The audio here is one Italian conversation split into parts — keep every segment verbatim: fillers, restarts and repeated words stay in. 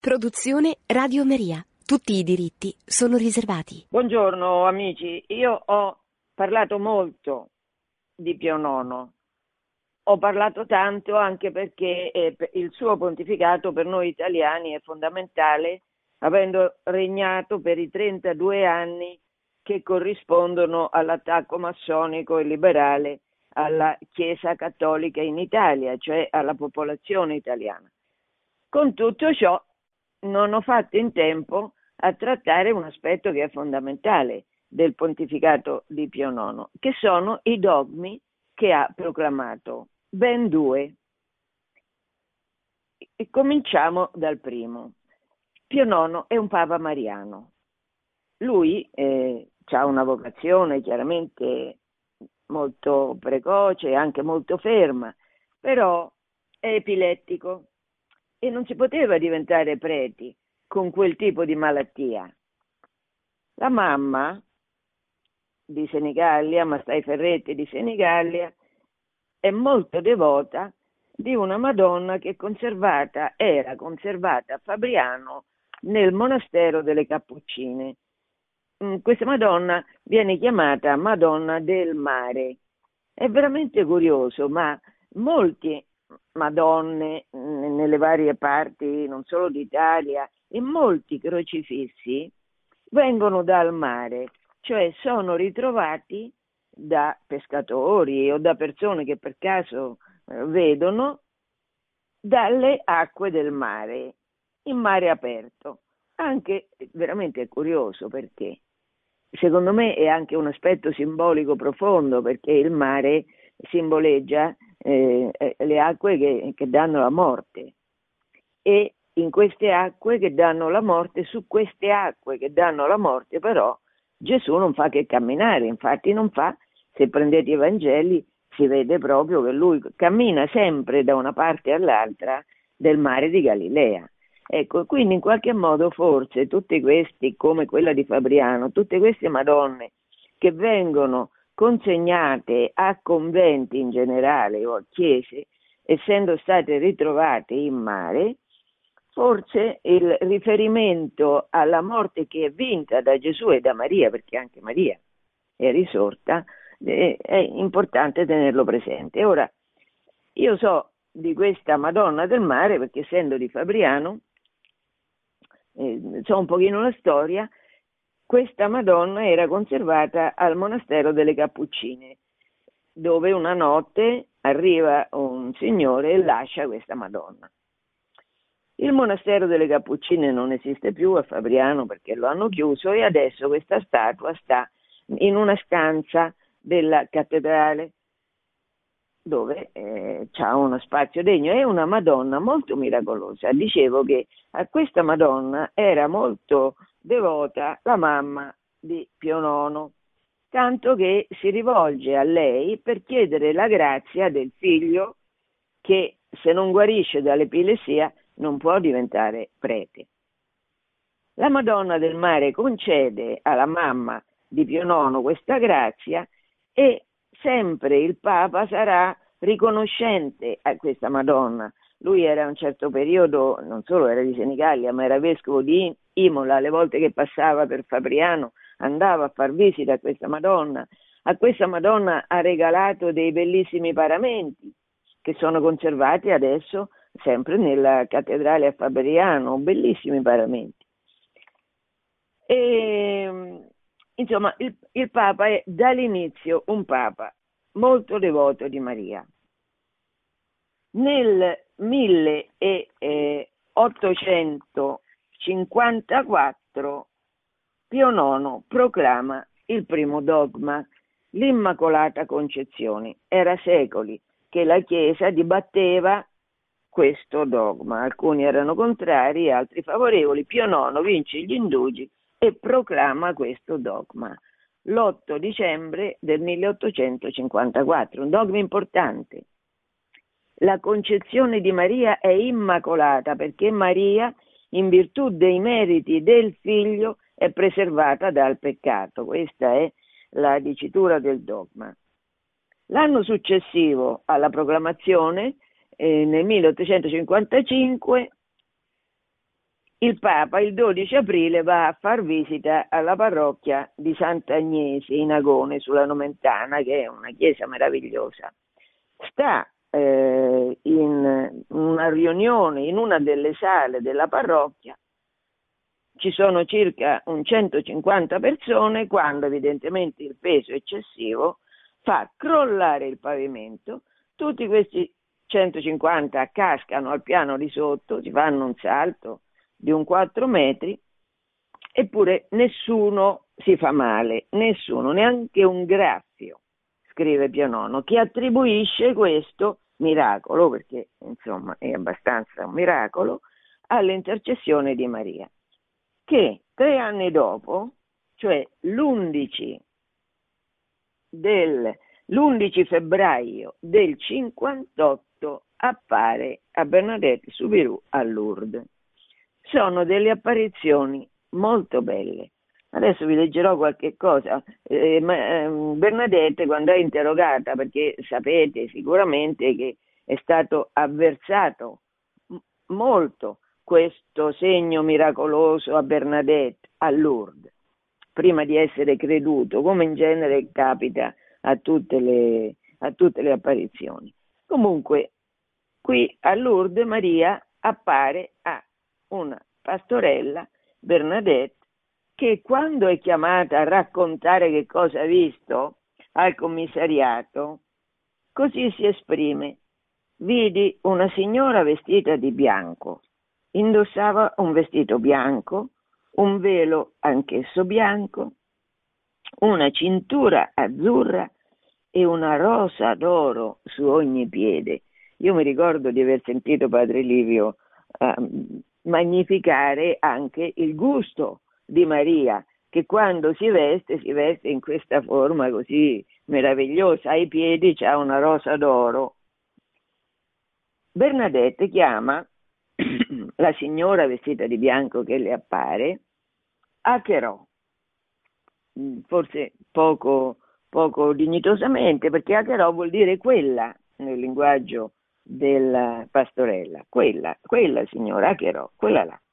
Produzione Radio Maria. Tutti i diritti sono riservati. Buongiorno amici, io ho parlato molto di Pio nono, ho parlato tanto anche perché eh, il suo pontificato per noi italiani è fondamentale, avendo regnato per i trentadue anni che corrispondono all'attacco massonico e liberale alla Chiesa Cattolica in Italia, cioè alla popolazione italiana. Con tutto ciò non ho fatto in tempo a trattare un aspetto che è fondamentale del pontificato di Pio nono, che sono i dogmi che ha proclamato, ben due. E cominciamo dal primo. Pio nono è un papa mariano. Lui eh, ha una vocazione chiaramente molto precoce e anche molto ferma, però è epilettico e non si poteva diventare preti con quel tipo di malattia. La mamma di Senigallia, Mastai Ferretti di Senigallia, è molto devota di una Madonna che è conservata, era conservata a Fabriano nel monastero delle Cappuccine. Questa Madonna viene chiamata Madonna del Mare. È veramente curioso, ma molti Madonne nelle varie parti, non solo d'Italia, e molti crocifissi vengono dal mare, cioè sono ritrovati da pescatori o da persone che per caso eh, vedono dalle acque del mare, in mare aperto. Anche veramente è curioso perché secondo me è anche un aspetto simbolico profondo, perché il mare simboleggia eh, le acque che, che danno la morte, e in queste acque che danno la morte, su queste acque che danno la morte però Gesù non fa che camminare, infatti non fa, se prendete i Vangeli si vede proprio che lui cammina sempre da una parte all'altra del mare di Galilea. Ecco, quindi in qualche modo forse tutti questi, come quella di Fabriano, tutte queste Madonne che vengono consegnate a conventi in generale o a chiese, essendo state ritrovate in mare, forse il riferimento alla morte che è vinta da Gesù e da Maria, perché anche Maria è risorta, è importante tenerlo presente. Ora, io so di questa Madonna del Mare perché essendo di Fabriano, eh, so un pochino la storia. Questa Madonna era conservata al monastero delle Cappuccine, dove una notte arriva un signore e lascia questa Madonna. Il monastero delle Cappuccine non esiste più a Fabriano perché lo hanno chiuso e adesso questa statua sta in una stanza della cattedrale dove eh, c'ha uno spazio degno. È una Madonna molto miracolosa. Dicevo che a questa Madonna era molto devota la mamma di Pio nono, tanto che si rivolge a lei per chiedere la grazia del figlio che, se non guarisce dall'epilessia, non può diventare prete. La Madonna del Mare concede alla mamma di Pio nono questa grazia e sempre il Papa sarà riconoscente a questa Madonna. Lui era a un certo periodo, non solo era di Senigallia, ma era vescovo di Imola. Le volte che passava per Fabriano andava a far visita a questa Madonna. A questa Madonna ha regalato dei bellissimi paramenti che sono conservati adesso sempre nella cattedrale a Fabriano, bellissimi paramenti. E, insomma, il, il Papa è dall'inizio un Papa molto devoto di Maria. Nel milleottocentocinquantaquattro Pio nono proclama il primo dogma, l'Immacolata Concezione. Era secoli che la Chiesa dibatteva questo dogma, alcuni erano contrari, altri favorevoli. Pio nono vince gli indugi e proclama questo dogma l'otto dicembre del milleottocentocinquantaquattro, un dogma importante. La concezione di Maria è immacolata perché Maria, in virtù dei meriti del figlio, è preservata dal peccato. Questa è la dicitura del dogma. L'anno successivo alla proclamazione, eh, nel milleottocentocinquantacinque, il Papa il dodici aprile va a far visita alla parrocchia di Sant'Agnese in Agone, sulla Nomentana, che è una chiesa meravigliosa. Sta eh, in una riunione in una delle sale della parrocchia, ci sono circa un centocinquanta persone, quando evidentemente il peso eccessivo fa crollare il pavimento, tutti questi centocinquanta cascano al piano di sotto, si fanno un salto di un quattro metri, eppure nessuno si fa male, nessuno, neanche un graffio, scrive Pio nono, che attribuisce questo miracolo, perché insomma è abbastanza un miracolo, all'intercessione di Maria, che tre anni dopo, cioè l'undici del l'undici febbraio del cinquantotto, appare a Bernadette Soubirous a Lourdes. Sono delle apparizioni molto belle. Adesso vi leggerò qualche cosa. Eh, ma, eh, Bernadette, quando è interrogata, perché sapete sicuramente che è stato avversato m- molto questo segno miracoloso a Bernadette a Lourdes, prima di essere creduto, come in genere capita a tutte le, a tutte le apparizioni. Comunque, qui a Lourdes Maria appare a una pastorella, Bernadette, che quando è chiamata a raccontare che cosa ha visto al commissariato, così si esprime: vidi una signora vestita di bianco, indossava un vestito bianco, un velo anch'esso bianco, una cintura azzurra e una rosa d'oro su ogni piede. Io mi ricordo di aver sentito Padre Livio eh, magnificare anche il gusto di Maria, che quando si veste, si veste in questa forma così meravigliosa, ai piedi c'ha una rosa d'oro. Bernadette chiama la signora vestita di bianco che le appare Acherò, forse poco, poco dignitosamente, perché Acherò vuol dire quella nel linguaggio della pastorella, quella, quella signora Acherò, quella là.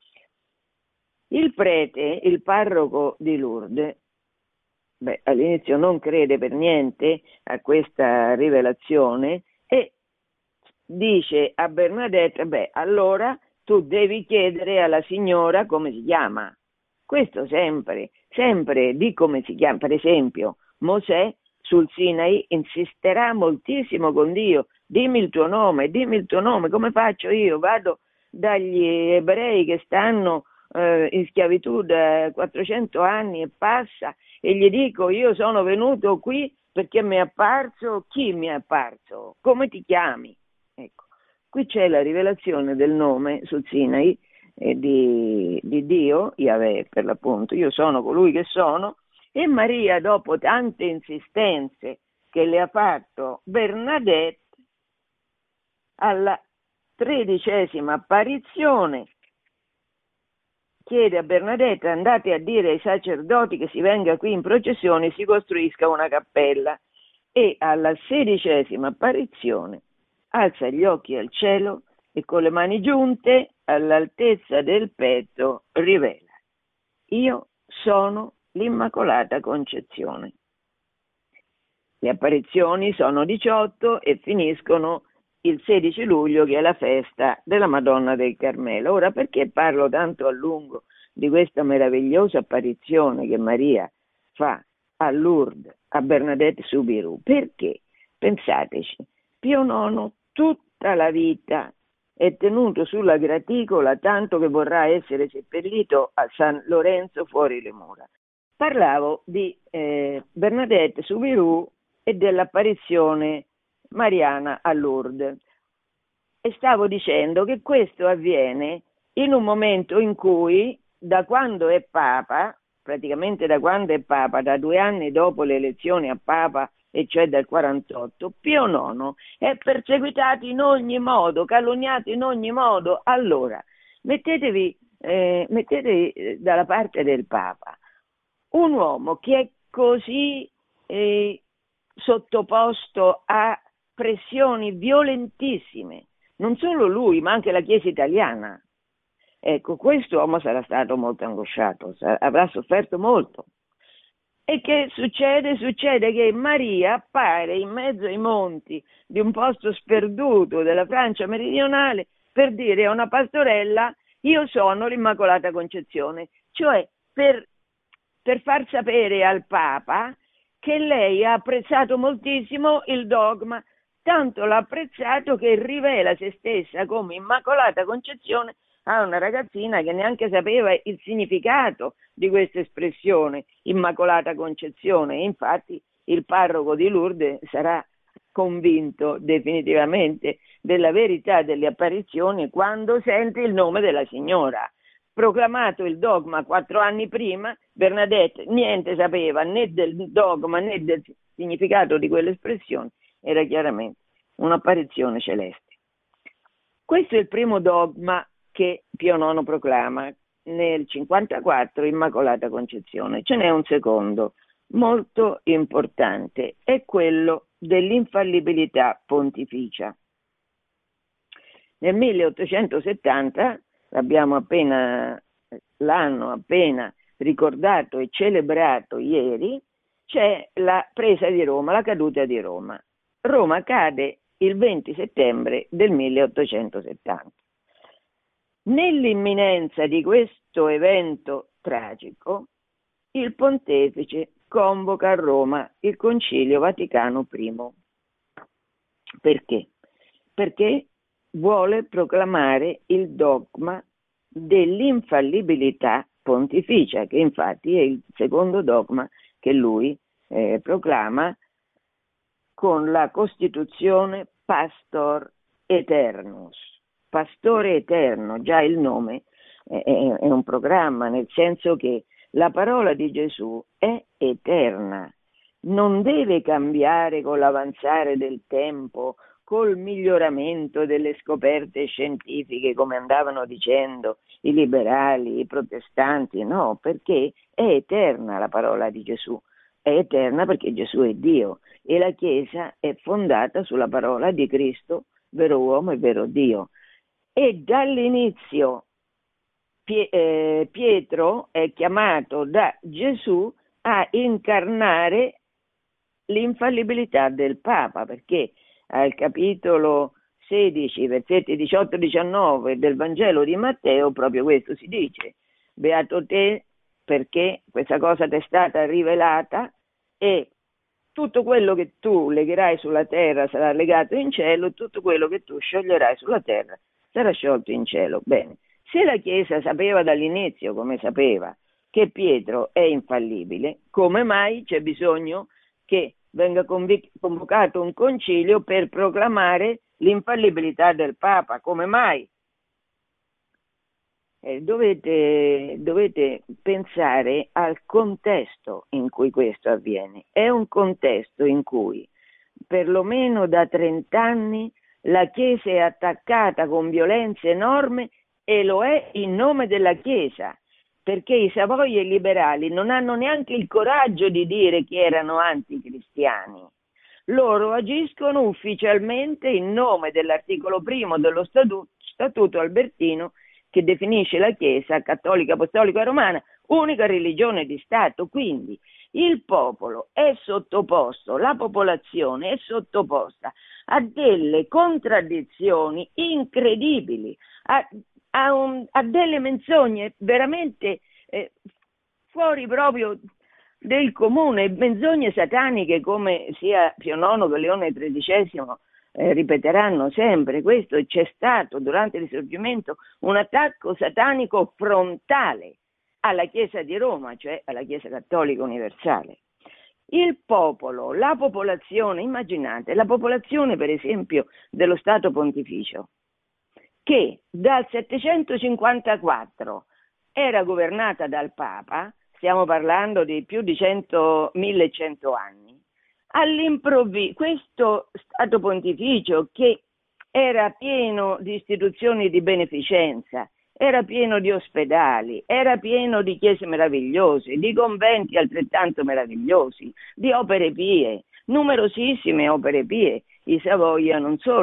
Il prete, il parroco di Lourdes, beh, all'inizio non crede per niente a questa rivelazione e dice a Bernadette: beh, allora tu devi chiedere alla signora come si chiama. Questo sempre, sempre di come si chiama. Per esempio, Mosè sul Sinai insisterà moltissimo con Dio: dimmi il tuo nome, dimmi il tuo nome, come faccio io? Vado dagli ebrei che stanno eh, in schiavitù da quattrocento anni e passa e gli dico: io sono venuto qui perché mi è apparso, chi mi è apparso? Come ti chiami? Ecco, qui c'è la rivelazione del nome sul Sinai eh, di, di Dio, Yahweh per l'appunto, io sono colui che sono, e Maria, dopo tante insistenze che le ha fatto Bernadette, alla tredicesima apparizione chiede a Bernadette: andate a dire ai sacerdoti che si venga qui in processione e si costruisca una cappella, e alla sedicesima apparizione alza gli occhi al cielo e con le mani giunte all'altezza del petto rivela: io sono l'Immacolata Concezione. Le apparizioni sono diciotto e finiscono il sedici luglio, che è la festa della Madonna del Carmelo. Ora, perché parlo tanto a lungo di questa meravigliosa apparizione che Maria fa a Lourdes, a Bernadette Soubirous? Perché, pensateci, Pio nono tutta la vita è tenuto sulla graticola, tanto che vorrà essere seppellito a San Lorenzo fuori le mura. Parlavo di eh, Bernadette Soubirous e dell'apparizione mariana a Lourdes, e stavo dicendo che questo avviene in un momento in cui, da quando è Papa, praticamente da quando è Papa, da due anni dopo le elezioni a Papa, e cioè dal quarantotto, Pio nono è perseguitato in ogni modo, calunniato in ogni modo. Allora, mettetevi, eh, mettetevi dalla parte del Papa, un uomo che è così eh, sottoposto a pressioni violentissime, non solo lui, ma anche la Chiesa italiana. Ecco, quest'uomo sarà stato molto angosciato, sarà, avrà sofferto molto. E che succede? Succede che Maria appare in mezzo ai monti di un posto sperduto della Francia meridionale per dire a una pastorella: io sono l'Immacolata Concezione, cioè per, per far sapere al Papa che lei ha apprezzato moltissimo il dogma, tanto l'ha apprezzato che rivela se stessa come Immacolata Concezione a una ragazzina che neanche sapeva il significato di questa espressione, Immacolata Concezione. Infatti il parroco di Lourdes sarà convinto definitivamente della verità delle apparizioni quando sente il nome della signora. Proclamato il dogma quattro anni prima, Bernadette niente sapeva né del dogma né del significato di quell'espressione, era chiaramente un'apparizione celeste. Questo è il primo dogma che Pio nono proclama nel cinquantaquattro, Immacolata Concezione. Ce n'è un secondo molto importante, è quello dell'infallibilità pontificia. Nel milleottocentosettanta, l'abbiamo appena, l'hanno appena ricordato e celebrato ieri, c'è la presa di Roma, la caduta di Roma. Roma cade il venti settembre del milleottocentosettanta. Nell'imminenza di questo evento tragico, il pontefice convoca a Roma il Concilio Vaticano primo. Perché? Perché vuole proclamare il dogma dell'infallibilità pontificia, che infatti è il secondo dogma che lui eh, proclama con la Costituzione Pastor Eternus. Pastore eterno, già il nome è, è un programma, nel senso che la parola di Gesù è eterna, non deve cambiare con l'avanzare del tempo, col miglioramento delle scoperte scientifiche, come andavano dicendo i liberali, i protestanti, no, perché è eterna la parola di Gesù, è eterna perché Gesù è Dio e la Chiesa è fondata sulla parola di Cristo, vero uomo e vero Dio. E dall'inizio Pietro è chiamato da Gesù a incarnare l'infallibilità del Papa, perché al capitolo sedici, versetti diciotto diciannove del Vangelo di Matteo, proprio questo si dice: beato te perché questa cosa ti è stata rivelata e tutto quello che tu legherai sulla terra sarà legato in cielo, e tutto quello che tu scioglierai sulla terra sarà sciolto in cielo. Bene, se la Chiesa sapeva dall'inizio, come sapeva, che Pietro è infallibile, come mai c'è bisogno che venga convocato un concilio per proclamare l'infallibilità del Papa? Come mai? Eh, dovete, dovete pensare al contesto in cui questo avviene. È un contesto in cui, perlomeno da trent'anni, la Chiesa è attaccata con violenza enorme e lo è in nome della Chiesa, perché i Savoia e i liberali non hanno neanche il coraggio di dire che erano anticristiani. Loro agiscono ufficialmente in nome dell'articolo primo dello statuto, statuto albertino, che definisce la Chiesa cattolica, apostolica e romana unica religione di Stato. Quindi il popolo è sottoposto, la popolazione è sottoposta a delle contraddizioni incredibili, a, a, un, a delle menzogne veramente eh, fuori proprio del comune, menzogne sataniche, come sia Pio nono che Leone tredicesimo eh, ripeteranno sempre. Questo c'è stato durante il Risorgimento un attacco satanico frontale alla Chiesa di Roma, cioè alla Chiesa Cattolica Universale. Il popolo, la popolazione, immaginate, la popolazione per esempio dello Stato Pontificio, che dal settecentocinquantaquattro era governata dal Papa, stiamo parlando di più di millecento anni, all'improvviso questo Stato Pontificio, che era pieno di istituzioni di beneficenza, era pieno di ospedali, era pieno di chiese meravigliose, di conventi altrettanto meravigliosi, di opere pie, numerosissime opere pie. I Savoia non solo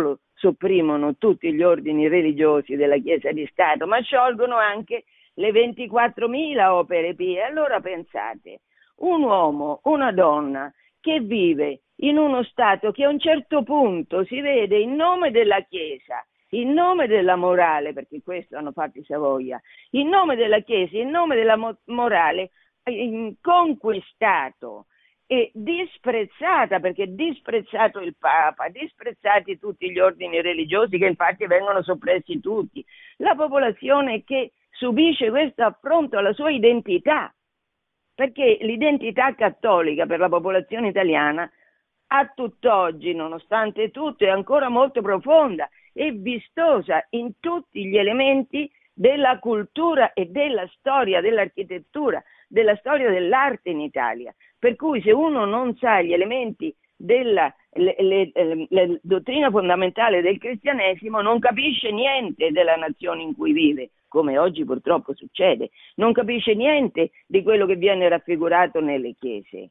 sopprimono tutti gli ordini religiosi della Chiesa di Stato, ma sciolgono anche le ventiquattromila opere pie. Allora pensate, un uomo, una donna che vive in uno Stato che a un certo punto si vede in nome della Chiesa, in nome della morale, perché questo hanno fatto i Savoia, in nome della Chiesa, in nome della mo- morale, eh, conquistato e disprezzata, perché disprezzato il Papa, disprezzati tutti gli ordini religiosi, che infatti vengono soppressi tutti, la popolazione che subisce questo affronto alla sua identità, perché l'identità cattolica per la popolazione italiana a tutt'oggi, nonostante tutto, è ancora molto profonda e vistosa in tutti gli elementi della cultura e della storia dell'architettura, della storia dell'arte in Italia. Per cui se uno non sa gli elementi della le, le, le, le dottrina fondamentale del cristianesimo, non capisce niente della nazione in cui vive, come oggi purtroppo succede, non capisce niente di quello che viene raffigurato nelle chiese,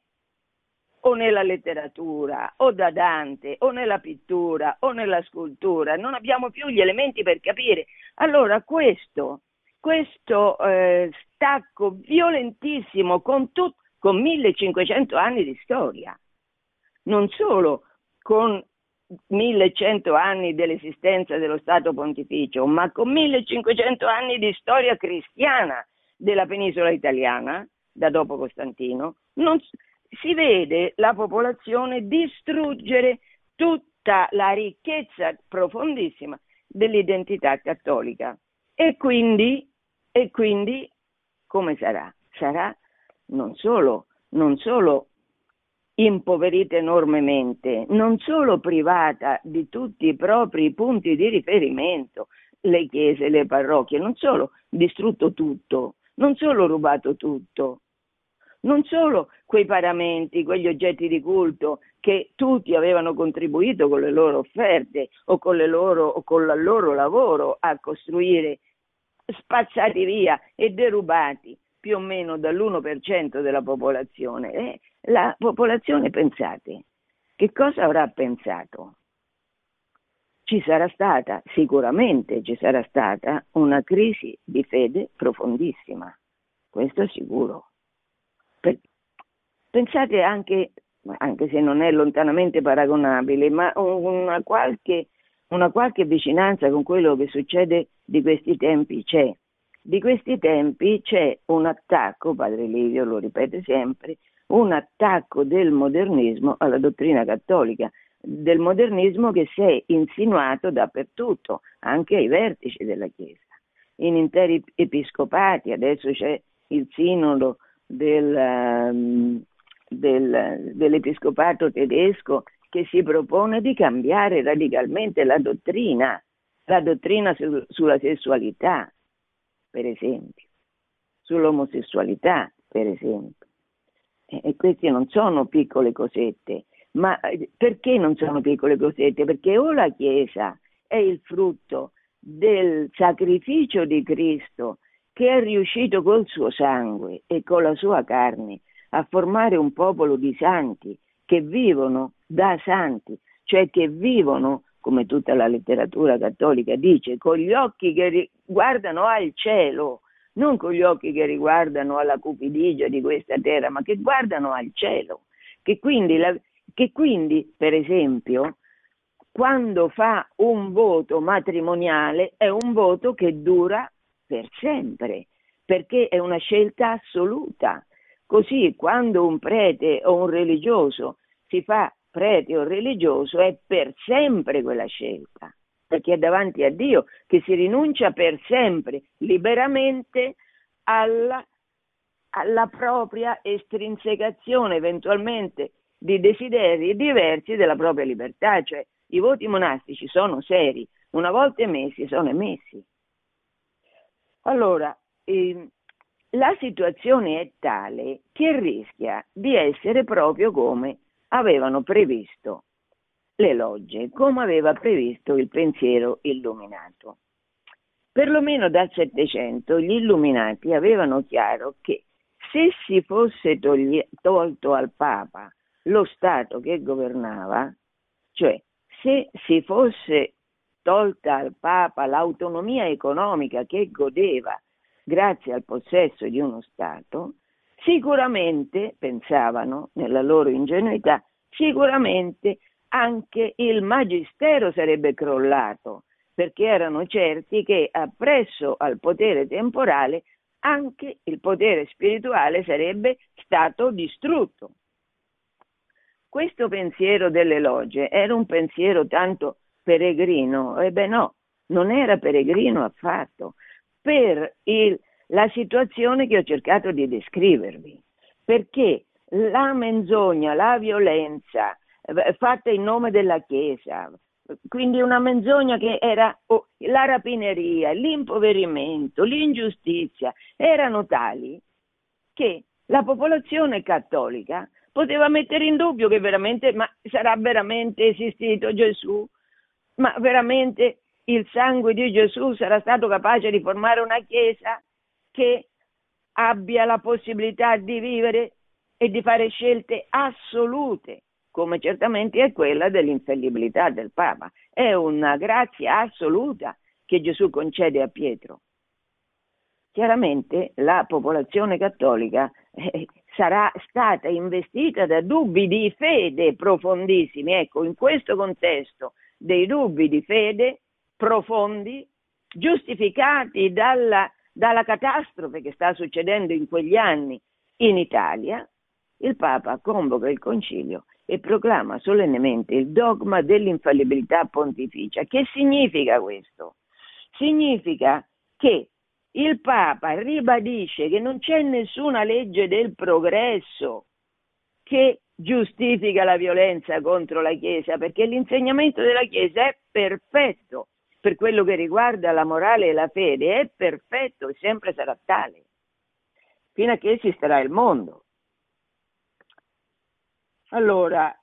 o nella letteratura, o da Dante, o nella pittura, o nella scultura. Non abbiamo più gli elementi per capire. Allora questo, questo eh, stacco violentissimo con, tut, con millecinquecento anni di storia, non solo con millecento anni dell'esistenza dello Stato Pontificio, ma con millecinquecento anni di storia cristiana della penisola italiana, da dopo Costantino, non si vede la popolazione distruggere tutta la ricchezza profondissima dell'identità cattolica. E quindi, e quindi come sarà? Sarà non solo, non solo impoverita enormemente, non solo privata di tutti i propri punti di riferimento, le chiese, le parrocchie, non solo distrutto tutto, non solo rubato tutto, non solo quei paramenti, quegli oggetti di culto che tutti avevano contribuito con le loro offerte o con, le loro, o con il loro lavoro a costruire, spazzati via e derubati più o meno dall'uno per cento della popolazione. Eh, la popolazione, pensate, che cosa avrà pensato? Ci sarà stata, sicuramente ci sarà stata, una crisi di fede profondissima, questo è sicuro. Pensate anche, anche se non è lontanamente paragonabile, ma una qualche, una qualche vicinanza con quello che succede di questi tempi c'è. Di questi tempi c'è un attacco, padre Livio lo ripete sempre, un attacco del modernismo alla dottrina cattolica, del modernismo che si è insinuato dappertutto, anche ai vertici della Chiesa, in interi episcopati. Adesso c'è il sinodo del, del, dell'episcopato tedesco che si propone di cambiare radicalmente la dottrina, la dottrina su, sulla sessualità, per esempio, sull'omosessualità, per esempio. E, e queste non sono piccole cosette, ma perché non sono piccole cosette? Perché o la Chiesa è il frutto del sacrificio di Cristo, che è riuscito col suo sangue e con la sua carne a formare un popolo di santi che vivono da santi, cioè che vivono, come tutta la letteratura cattolica dice, con gli occhi che guardano al cielo, non con gli occhi che riguardano alla cupidigia di questa terra, ma che guardano al cielo, che quindi, la, che quindi per esempio, quando fa un voto matrimoniale è un voto che dura per sempre, perché è una scelta assoluta. Così quando un prete o un religioso si fa prete o religioso è per sempre quella scelta, perché è davanti a Dio che si rinuncia per sempre, liberamente, alla, alla propria estrinsecazione eventualmente di desideri diversi della propria libertà. Cioè i voti monastici sono seri, una volta emessi sono emessi. Allora, eh, la situazione è tale che rischia di essere proprio come avevano previsto le logge, come aveva previsto il pensiero illuminato. Perlomeno dal Settecento gli illuminati avevano chiaro che se si fosse togli- tolto al Papa lo Stato che governava, cioè se si fosse tolta al Papa l'autonomia economica che godeva grazie al possesso di uno Stato, sicuramente, pensavano nella loro ingenuità, sicuramente anche il magistero sarebbe crollato, perché erano certi che appresso al potere temporale anche il potere spirituale sarebbe stato distrutto. Questo pensiero delle logge era un pensiero tanto peregrino? Ebbene no, non era peregrino affatto, per il, la situazione che ho cercato di descrivervi, perché la menzogna, la violenza eh, fatta in nome della Chiesa, quindi una menzogna che era oh, la rapineria, l'impoverimento, l'ingiustizia, erano tali che la popolazione cattolica poteva mettere in dubbio che veramente, ma sarà veramente esistito Gesù? Ma veramente il sangue di Gesù sarà stato capace di formare una Chiesa che abbia la possibilità di vivere e di fare scelte assolute, come certamente è quella dell'infallibilità del Papa. È una grazia assoluta che Gesù concede a Pietro. Chiaramente la popolazione cattolica eh, sarà stata investita da dubbi di fede profondissimi. Ecco, in questo contesto dei dubbi di fede profondi, giustificati dalla, dalla catastrofe che sta succedendo in quegli anni in Italia, il Papa convoca il concilio e proclama solennemente il dogma dell'infallibilità pontificia. Che significa questo? Significa che il Papa ribadisce che non c'è nessuna legge del progresso che giustifica la violenza contro la Chiesa, perché l'insegnamento della Chiesa è perfetto per quello che riguarda la morale e la fede, è perfetto e sempre sarà tale, fino a che esisterà il mondo. Allora,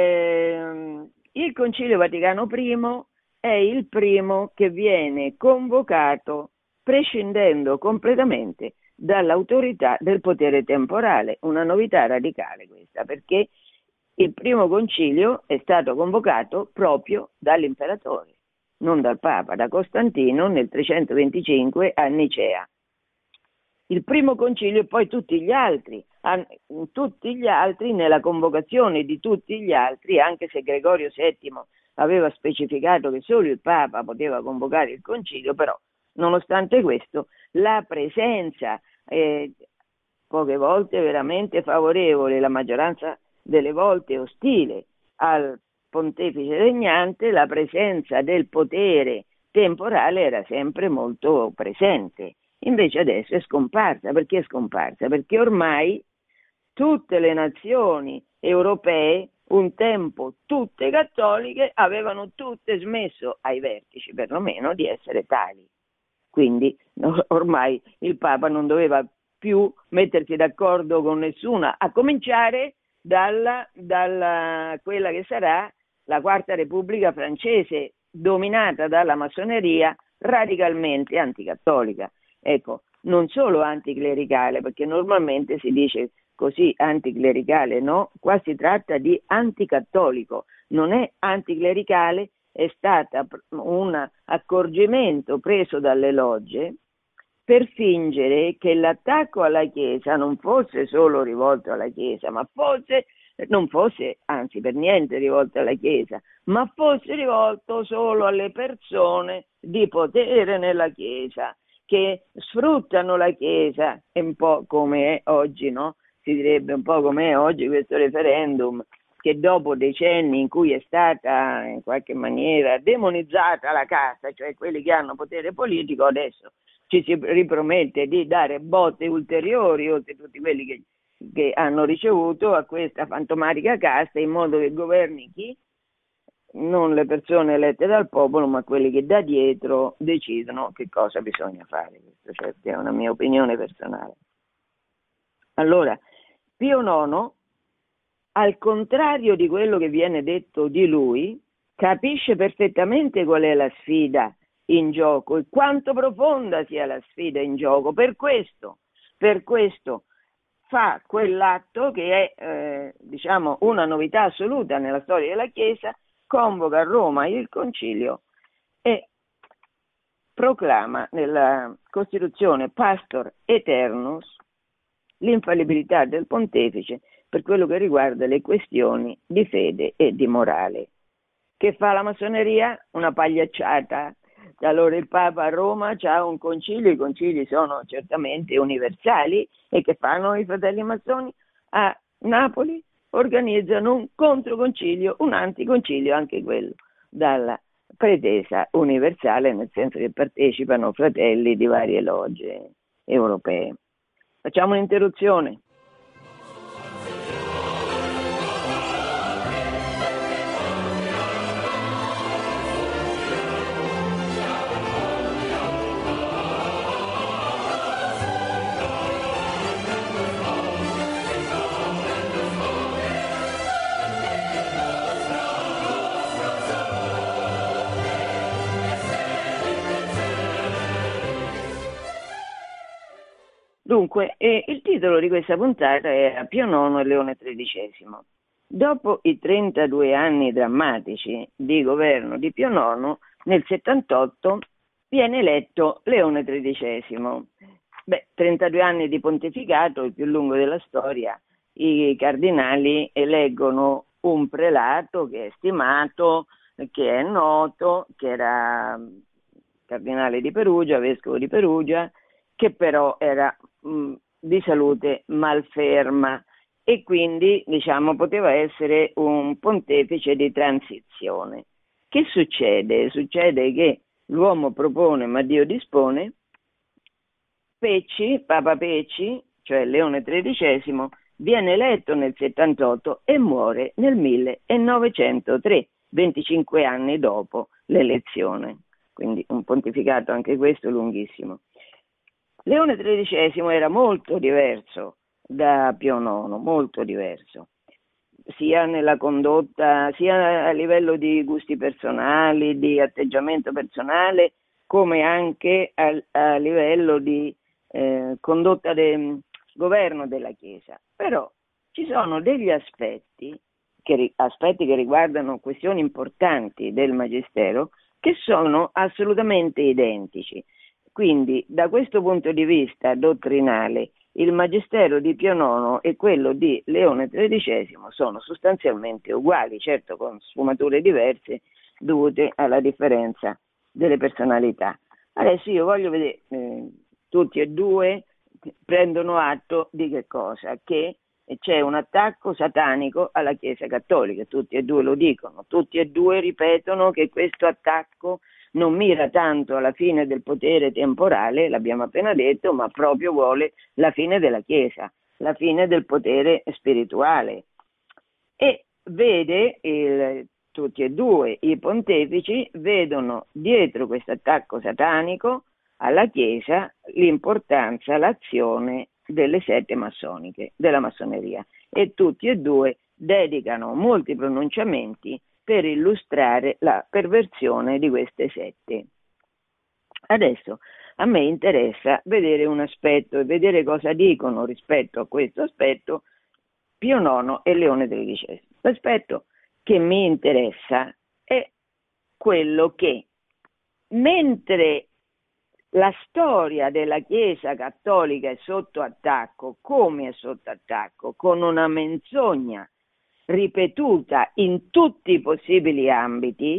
ehm, il Concilio Vaticano primo è il primo che viene convocato prescindendo completamente dall'autorità del potere temporale, una novità radicale questa, perché il primo concilio è stato convocato proprio dall'imperatore, non dal Papa, da Costantino nel trecentoventicinque a Nicea. Il primo concilio e poi tutti gli altri, tutti gli altri nella convocazione di tutti gli altri, anche se Gregorio settimo aveva specificato che solo il Papa poteva convocare il concilio, però nonostante questo la presenza eh, poche volte veramente favorevole, la maggioranza delle volte ostile al pontefice regnante, la presenza del potere temporale era sempre molto presente. Invece adesso è scomparsa. Perché è scomparsa? Perché ormai tutte le nazioni europee, un tempo tutte cattoliche, avevano tutte smesso ai vertici perlomeno di essere tali. Quindi ormai il Papa non doveva più mettersi d'accordo con nessuna, a cominciare dalla, dalla quella che sarà la Quarta Repubblica francese, dominata dalla massoneria radicalmente anticattolica. Ecco, non solo anticlericale, perché normalmente si dice così anticlericale, no? Qua si tratta di anticattolico, non è anticlericale, è stato un accorgimento preso dalle logge per fingere che l'attacco alla Chiesa non fosse solo rivolto alla Chiesa, ma fosse, non fosse anzi per niente rivolto alla Chiesa, ma fosse rivolto solo alle persone di potere nella Chiesa, che sfruttano la Chiesa, è un po' come è oggi, no? Si direbbe un po' come è oggi questo referendum, che dopo decenni in cui è stata in qualche maniera demonizzata la casta, cioè quelli che hanno potere politico, adesso ci si ripromette di dare botte ulteriori, oltre a tutti quelli che, che hanno ricevuto, a questa fantomatica casta, in modo che governi chi? Non le persone elette dal popolo, ma quelli che da dietro decidono che cosa bisogna fare. Questa certo è una mia opinione personale. Allora, Pio nono, al contrario di quello che viene detto di lui, capisce perfettamente qual è la sfida in gioco e quanto profonda sia la sfida in gioco. Per questo, per questo fa quell'atto che è eh, diciamo una novità assoluta nella storia della Chiesa, convoca a Roma il concilio e proclama nella Costituzione Pastor Eternus l'infallibilità del pontefice per quello che riguarda le questioni di fede e di morale. Che fa la massoneria? Una pagliacciata. Allora il Papa a Roma ha un concilio, i concili sono certamente universali, e che fanno i fratelli massoni? A Napoli organizzano un controconcilio, un anticoncilio, anche quello dalla pretesa universale, nel senso che partecipano fratelli di varie logge europee. Facciamo un'interruzione. Dunque, eh, il titolo di questa puntata è Pio nono e Leone tredicesimo. Dopo i trentadue anni drammatici di governo di Pio nono, nel settantotto viene eletto Leone tredicesimo. Beh, trentadue anni di pontificato, il più lungo della storia. I cardinali eleggono un prelato che è stimato, che è noto, che era cardinale di Perugia, vescovo di Perugia, che però era mh, di salute malferma e quindi, diciamo, poteva essere un pontefice di transizione. Che succede? Succede che l'uomo propone ma Dio dispone. Pecci, Papa Pecci, cioè Leone tredicesimo, viene eletto nel settantotto e muore nel millenovecentotre, venticinque anni dopo l'elezione. Quindi un pontificato anche questo lunghissimo. Leone tredicesimo era molto diverso da Pio nono, molto diverso, sia nella condotta, sia a livello di gusti personali, di atteggiamento personale, come anche a, a livello di eh, condotta del governo della Chiesa. Però ci sono degli aspetti che, aspetti che riguardano questioni importanti del Magistero che sono assolutamente identici. Quindi, da questo punto di vista dottrinale, il Magistero di Pio nono e quello di Leone tredicesimo sono sostanzialmente uguali, certo con sfumature diverse dovute alla differenza delle personalità. Adesso io voglio vedere, eh, tutti e due prendono atto di che cosa? Che c'è un attacco satanico alla Chiesa Cattolica, tutti e due lo dicono, tutti e due ripetono che questo attacco non mira tanto alla fine del potere temporale, l'abbiamo appena detto, ma proprio vuole la fine della Chiesa, la fine del potere spirituale. E vede, il, tutti e due i pontefici vedono dietro questo attacco satanico alla Chiesa l'importanza, l'azione delle sette massoniche, della massoneria, e tutti e due dedicano molti pronunciamenti per illustrare la perversione di queste sette. Adesso a me interessa vedere un aspetto e vedere cosa dicono rispetto a questo aspetto Pio nono e Leone tredicesimo. L'aspetto che mi interessa è quello che, mentre la storia della Chiesa Cattolica è sotto attacco, come è sotto attacco? Con una menzogna ripetuta in tutti i possibili ambiti,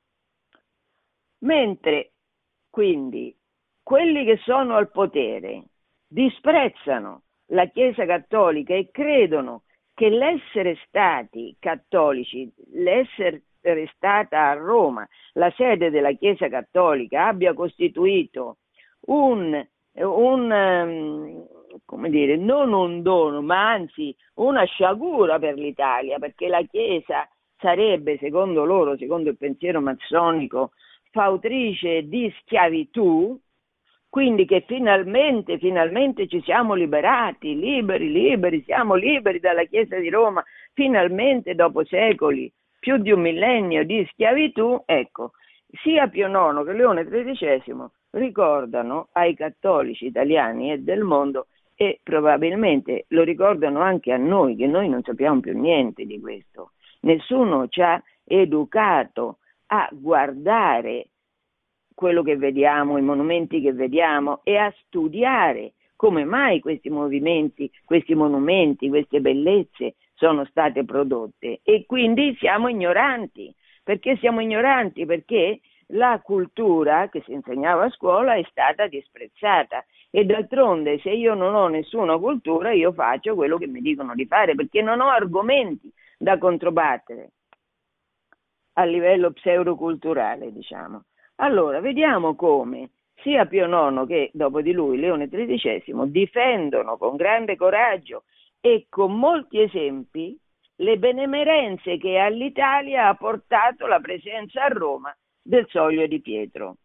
mentre quindi quelli che sono al potere disprezzano la Chiesa Cattolica e credono che l'essere stati cattolici, l'essere stata a Roma la sede della Chiesa Cattolica, abbia costituito un, un come dire, non un dono, ma anzi una sciagura per l'Italia, perché la Chiesa sarebbe, secondo loro, secondo il pensiero massonico, fautrice di schiavitù, quindi che finalmente, finalmente ci siamo liberati, liberi, liberi, siamo liberi dalla Chiesa di Roma, finalmente dopo secoli, più di un millennio di schiavitù. Ecco, sia Pio nono che Leone tredicesimo ricordano ai cattolici italiani e del mondo, e probabilmente lo ricordano anche a noi, che noi non sappiamo più niente di questo. Nessuno ci ha educato a guardare quello che vediamo, i monumenti che vediamo, e a studiare come mai questi movimenti, questi monumenti, queste bellezze sono state prodotte. E quindi siamo ignoranti. Perché siamo ignoranti? Perché la cultura che si insegnava a scuola è stata disprezzata, e d'altronde se io non ho nessuna cultura io faccio quello che mi dicono di fare, perché non ho argomenti da controbattere a livello pseudoculturale, diciamo. Allora, vediamo come sia Pio nono che dopo di lui Leone tredicesimo difendono con grande coraggio e con molti esempi le benemerenze che all'Italia ha portato la presenza a Roma del Soglio di Pietro.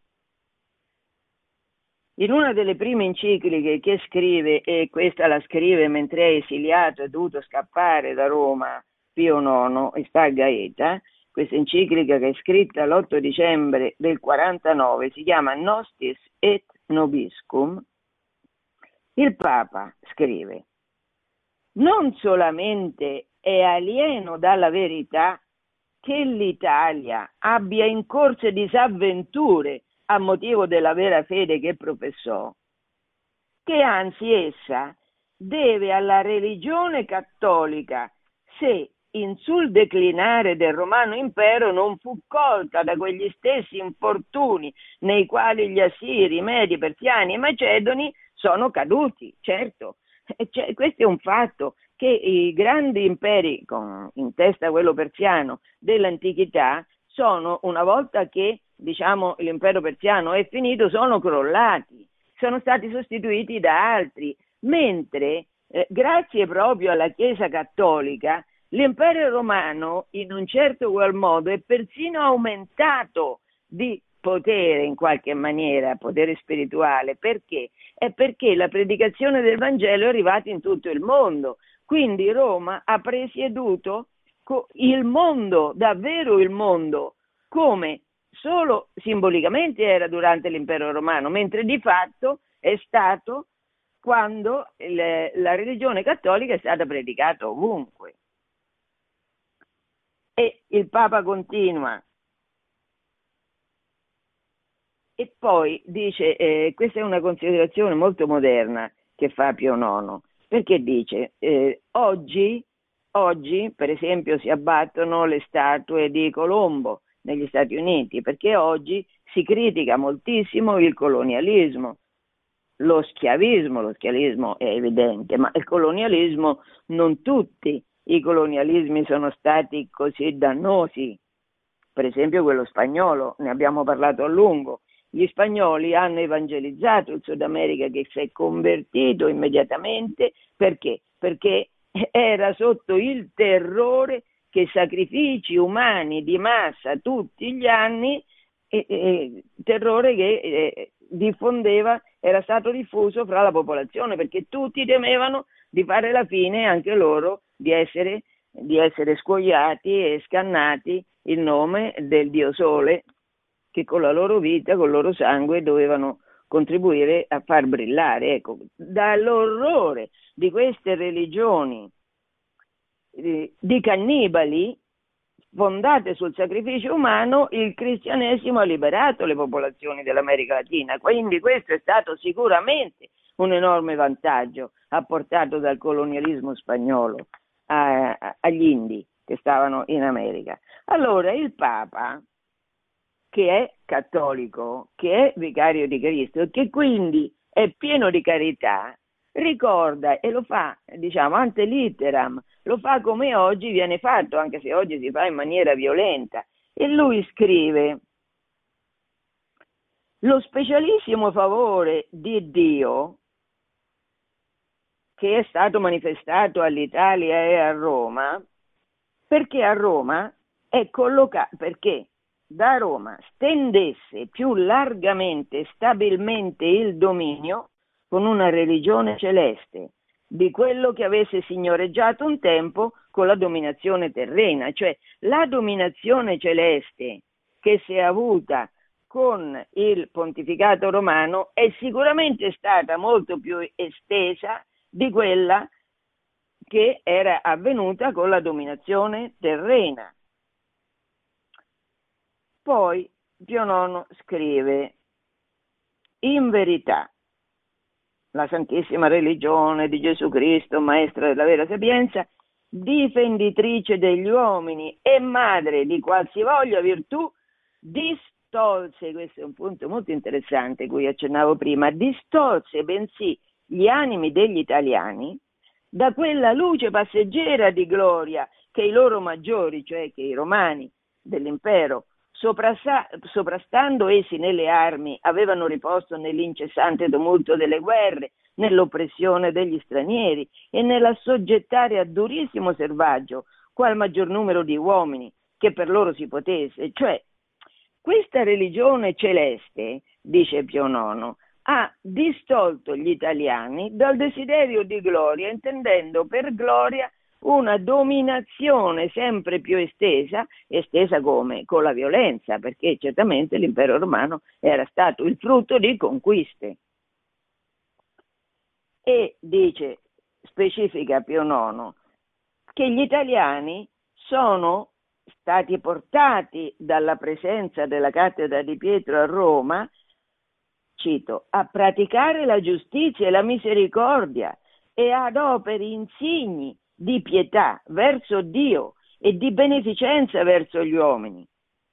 In una delle prime encicliche che scrive, e questa la scrive mentre è esiliato, è dovuto scappare da Roma, Pio nono, e sta a Gaeta, questa enciclica che è scritta l'otto dicembre del quarantanove, si chiama Nostis et Nobiscum, il Papa scrive: non solamente è alieno dalla verità che l'Italia abbia in corse disavventure a motivo della vera fede che professò, che anzi essa deve alla religione cattolica, se in sul declinare del Romano Impero non fu colta da quegli stessi infortuni nei quali gli Assiri, i Medi, i Persiani e i Macedoni sono caduti, certo. Cioè, questo è un fatto, che i grandi imperi, con in testa quello persiano, dell'antichità, sono, una volta che diciamo l'impero persiano è finito, sono crollati, sono stati sostituiti da altri, mentre eh, grazie proprio alla Chiesa cattolica l'impero romano in un certo qual modo è persino aumentato di potere, in qualche maniera, potere spirituale. Perché? È perché la predicazione del Vangelo è arrivata in tutto il mondo, quindi Roma ha presieduto il mondo, davvero il mondo, come solo simbolicamente era durante l'impero romano, mentre di fatto è stato quando le, la religione cattolica è stata predicata ovunque. E il Papa continua e poi dice, eh, questa è una considerazione molto moderna che fa Pio nono, perché dice eh, oggi, oggi per esempio si abbattono le statue di Colombo negli Stati Uniti, perché oggi si critica moltissimo il colonialismo, lo schiavismo, lo schiavismo è evidente, ma il colonialismo, non tutti i colonialismi sono stati così dannosi. Per esempio quello spagnolo, ne abbiamo parlato a lungo. Gli spagnoli hanno evangelizzato il Sud America, che si è convertito immediatamente. Perché? Perché era sotto il terrore che sacrifici umani di massa tutti gli anni, e, e, terrore che eh, diffondeva, era stato diffuso fra la popolazione, perché tutti temevano di fare la fine anche loro, di essere, di essere scuoiati e scannati in nome del Dio Sole, che con la loro vita, con il loro sangue dovevano contribuire a far brillare. Ecco, dall'orrore di queste religioni eh, di cannibali fondate sul sacrificio umano, il cristianesimo ha liberato le popolazioni dell'America Latina, quindi questo è stato sicuramente un enorme vantaggio apportato dal colonialismo spagnolo a, a, agli indi che stavano in America. Allora il Papa, che è cattolico, che è vicario di Cristo, che quindi è pieno di carità, ricorda, e lo fa, diciamo, ante litteram, lo fa come oggi viene fatto, anche se oggi si fa in maniera violenta, e lui scrive: lo specialissimo favore di Dio che è stato manifestato all'Italia e a Roma, perché a Roma è collocato, perché da Roma stendesse più largamente e stabilmente il dominio con una religione celeste di quello che avesse signoreggiato un tempo con la dominazione terrena. Cioè la dominazione celeste che si è avuta con il pontificato romano è sicuramente stata molto più estesa di quella che era avvenuta con la dominazione terrena. Poi Pio nono scrive: in verità, la Santissima Religione di Gesù Cristo, maestra della vera sapienza, difenditrice degli uomini e madre di qualsivoglia virtù, distolse, questo è un punto molto interessante cui accennavo prima, distolse bensì gli animi degli italiani da quella luce passeggera di gloria che i loro maggiori, cioè che i romani dell'impero, soprassa- soprastando essi nelle armi, avevano riposto nell'incessante tumulto delle guerre, nell'oppressione degli stranieri e nell'assoggettare a durissimo servaggio qual maggior numero di uomini che per loro si potesse. Cioè, questa religione celeste, dice Pio nono, ha distolto gli italiani dal desiderio di gloria, intendendo per gloria una dominazione sempre più estesa, estesa come? Con la violenza, perché certamente l'impero romano era stato il frutto di conquiste. E dice, specifica Pio nono, che gli italiani sono stati portati dalla presenza della cattedra di Pietro a Roma, cito, a praticare la giustizia e la misericordia e ad opere insigni di pietà verso Dio e di beneficenza verso gli uomini.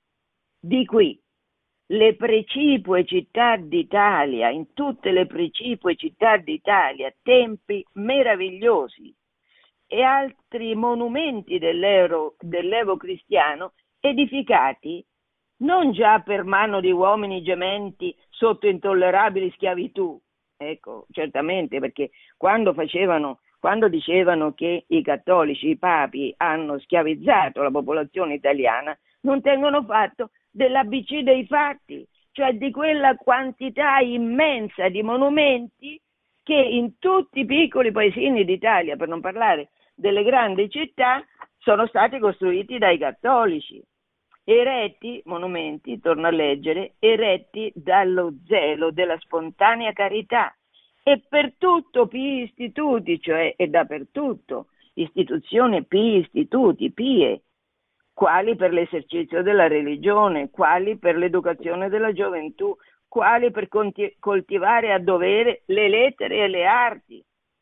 Di qui le precipue città d'Italia, in tutte le precipue città d'Italia, templi meravigliosi e altri monumenti dell'evo, dell'evo cristiano edificati non già per mano di uomini gementi sotto intollerabili schiavitù, ecco, certamente, perché quando facevano, quando dicevano che i cattolici, i papi, hanno schiavizzato la popolazione italiana, non tengono fatto dell'A B C dei fatti, cioè di quella quantità immensa di monumenti che in tutti i piccoli paesini d'Italia, per non parlare delle grandi città, sono stati costruiti dai cattolici. Eretti, monumenti, torno a leggere, eretti dallo zelo della spontanea carità e per tutto pii istituti, cioè e dappertutto, istituzioni pii istituti, pie, quali per l'esercizio della religione, quali per l'educazione della gioventù, quali per conti- coltivare a dovere le lettere e le arti,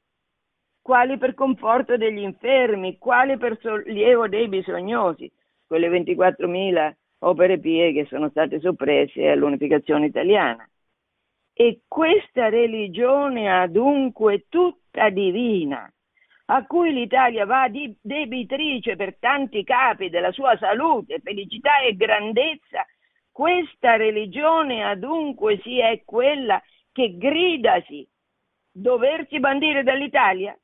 quali per conforto degli infermi, quali per sollievo dei bisognosi, quelle ventiquattromila opere pie che sono state soppresse all'unificazione italiana. E questa religione adunque tutta divina, a cui l'Italia va di debitrice per tanti capi della sua salute, felicità e grandezza, questa religione adunque sì è quella che gridasi doversi bandire dall'Italia?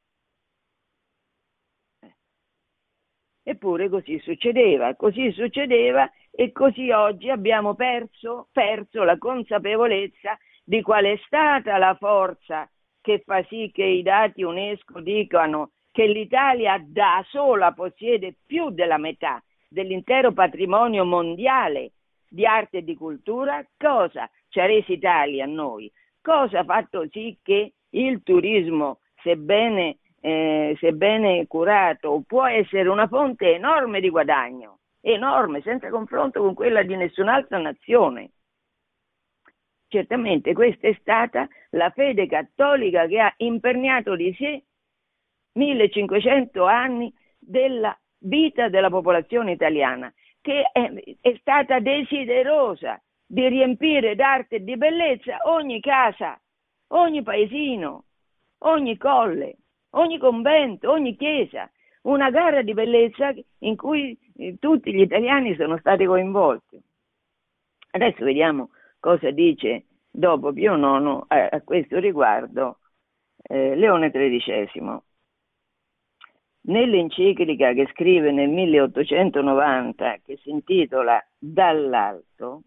Eppure così succedeva, così succedeva e così oggi abbiamo perso, perso la consapevolezza di qual è stata la forza che fa sì che i dati UNESCO dicano che l'Italia da sola possiede più della metà dell'intero patrimonio mondiale di arte e di cultura. Cosa ci ha resi tali a noi? Cosa ha fatto sì che il turismo, sebbene Eh, sebbene curato, può essere una fonte enorme di guadagno, enorme, senza confronto con quella di nessun'altra nazione. Certamente questa è stata la fede cattolica che ha imperniato di sé millecinquecento anni della vita della popolazione italiana, che è, è stata desiderosa di riempire d'arte e di bellezza ogni casa, ogni paesino, ogni colle, ogni convento, ogni chiesa, una gara di bellezza in cui eh, tutti gli italiani sono stati coinvolti. Adesso vediamo cosa dice dopo Pio nono a, a questo riguardo eh, Leone tredicesimo. Nell'enciclica che scrive nel milleottocentonovanta, che si intitola Dall'alto,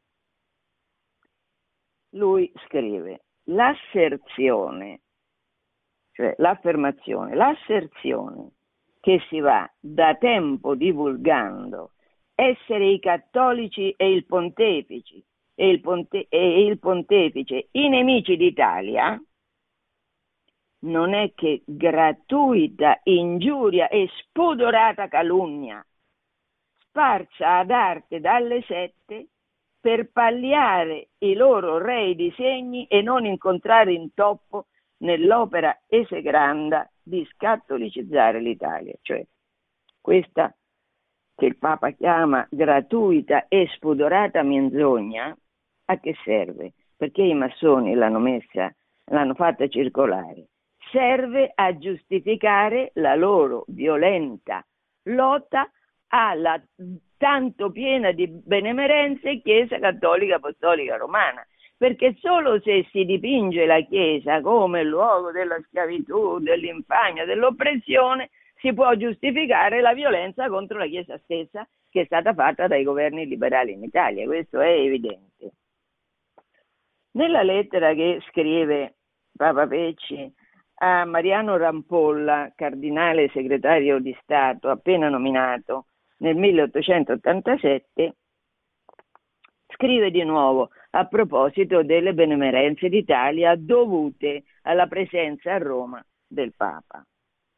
lui scrive: l'asserzione, cioè l'affermazione, l'asserzione che si va da tempo divulgando essere i cattolici e il pontefice e il, ponte, e il pontefice i nemici d'Italia, non è che gratuita ingiuria e spudorata calunnia, sparsa ad arte dalle sette per palliare i loro rei disegni e non incontrare intoppo nell'opera esecranda di scatolicizzare l'Italia, cioè questa che il Papa chiama gratuita e spudorata menzogna. A che serve? Perché i massoni l'hanno messa, l'hanno fatta circolare. Serve a giustificare la loro violenta lotta alla tanto piena di benemerenze Chiesa Cattolica Apostolica Romana, perché solo se si dipinge la Chiesa come luogo della schiavitù, dell'infamia, dell'oppressione, si può giustificare la violenza contro la Chiesa stessa che è stata fatta dai governi liberali in Italia, questo è evidente. Nella lettera che scrive Papa Pecci a Mariano Rampolla, cardinale segretario di Stato appena nominato nel milleottocentottantasette, scrive di nuovo a proposito delle benemerenze d'Italia dovute alla presenza a Roma del Papa.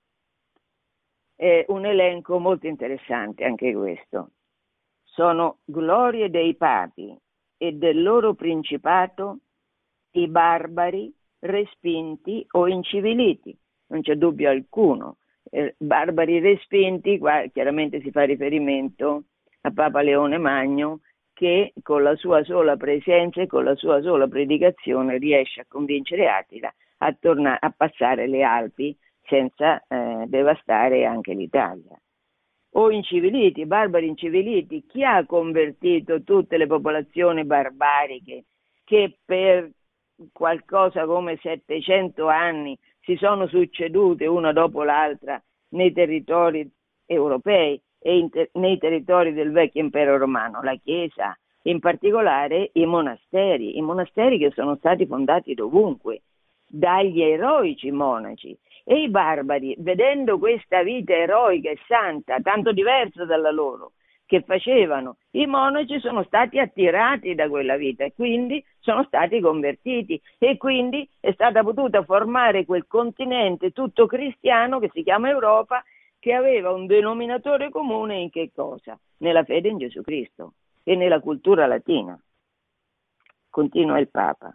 È un elenco molto interessante anche questo. Sono glorie dei papi e del loro principato i barbari respinti o inciviliti, non c'è dubbio alcuno. Eh, barbari respinti, qua chiaramente si fa riferimento a Papa Leone Magno, che con la sua sola presenza e con la sua sola predicazione riesce a convincere Attila a, tornare, a passare le Alpi senza eh, devastare anche l'Italia. O inciviliti, barbari inciviliti, chi ha convertito tutte le popolazioni barbariche che per qualcosa come settecento anni si sono succedute una dopo l'altra nei territori europei e in te- nei territori del vecchio impero romano? La Chiesa, in particolare i monasteri, i monasteri che sono stati fondati dovunque, dagli eroici monaci. E i barbari, vedendo questa vita eroica e santa, tanto diversa dalla loro, che facevano i monaci, sono stati attirati da quella vita e quindi sono stati convertiti, e quindi è stata potuta formare quel continente tutto cristiano che si chiama Europa, che aveva un denominatore comune in che cosa? Nella fede in Gesù Cristo e nella cultura latina. Continua il Papa.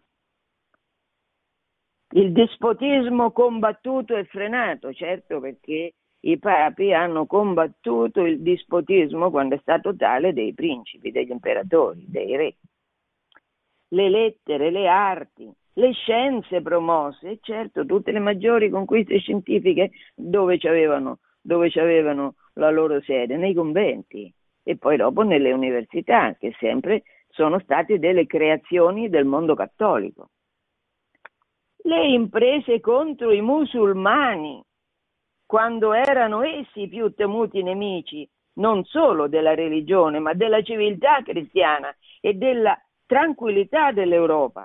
Il dispotismo combattuto e frenato, certo, perché i papi hanno combattuto il dispotismo, quando è stato tale, dei principi, degli imperatori, dei re. Le lettere, le arti, le scienze promosse, certo, tutte le maggiori conquiste scientifiche dove c'avevano, dove c'avevano la loro sede, nei conventi, e poi dopo nelle università, che sempre sono state delle creazioni del mondo cattolico. Le imprese contro i musulmani, quando erano essi i più temuti nemici non solo della religione, ma della civiltà cristiana e della tranquillità dell'Europa.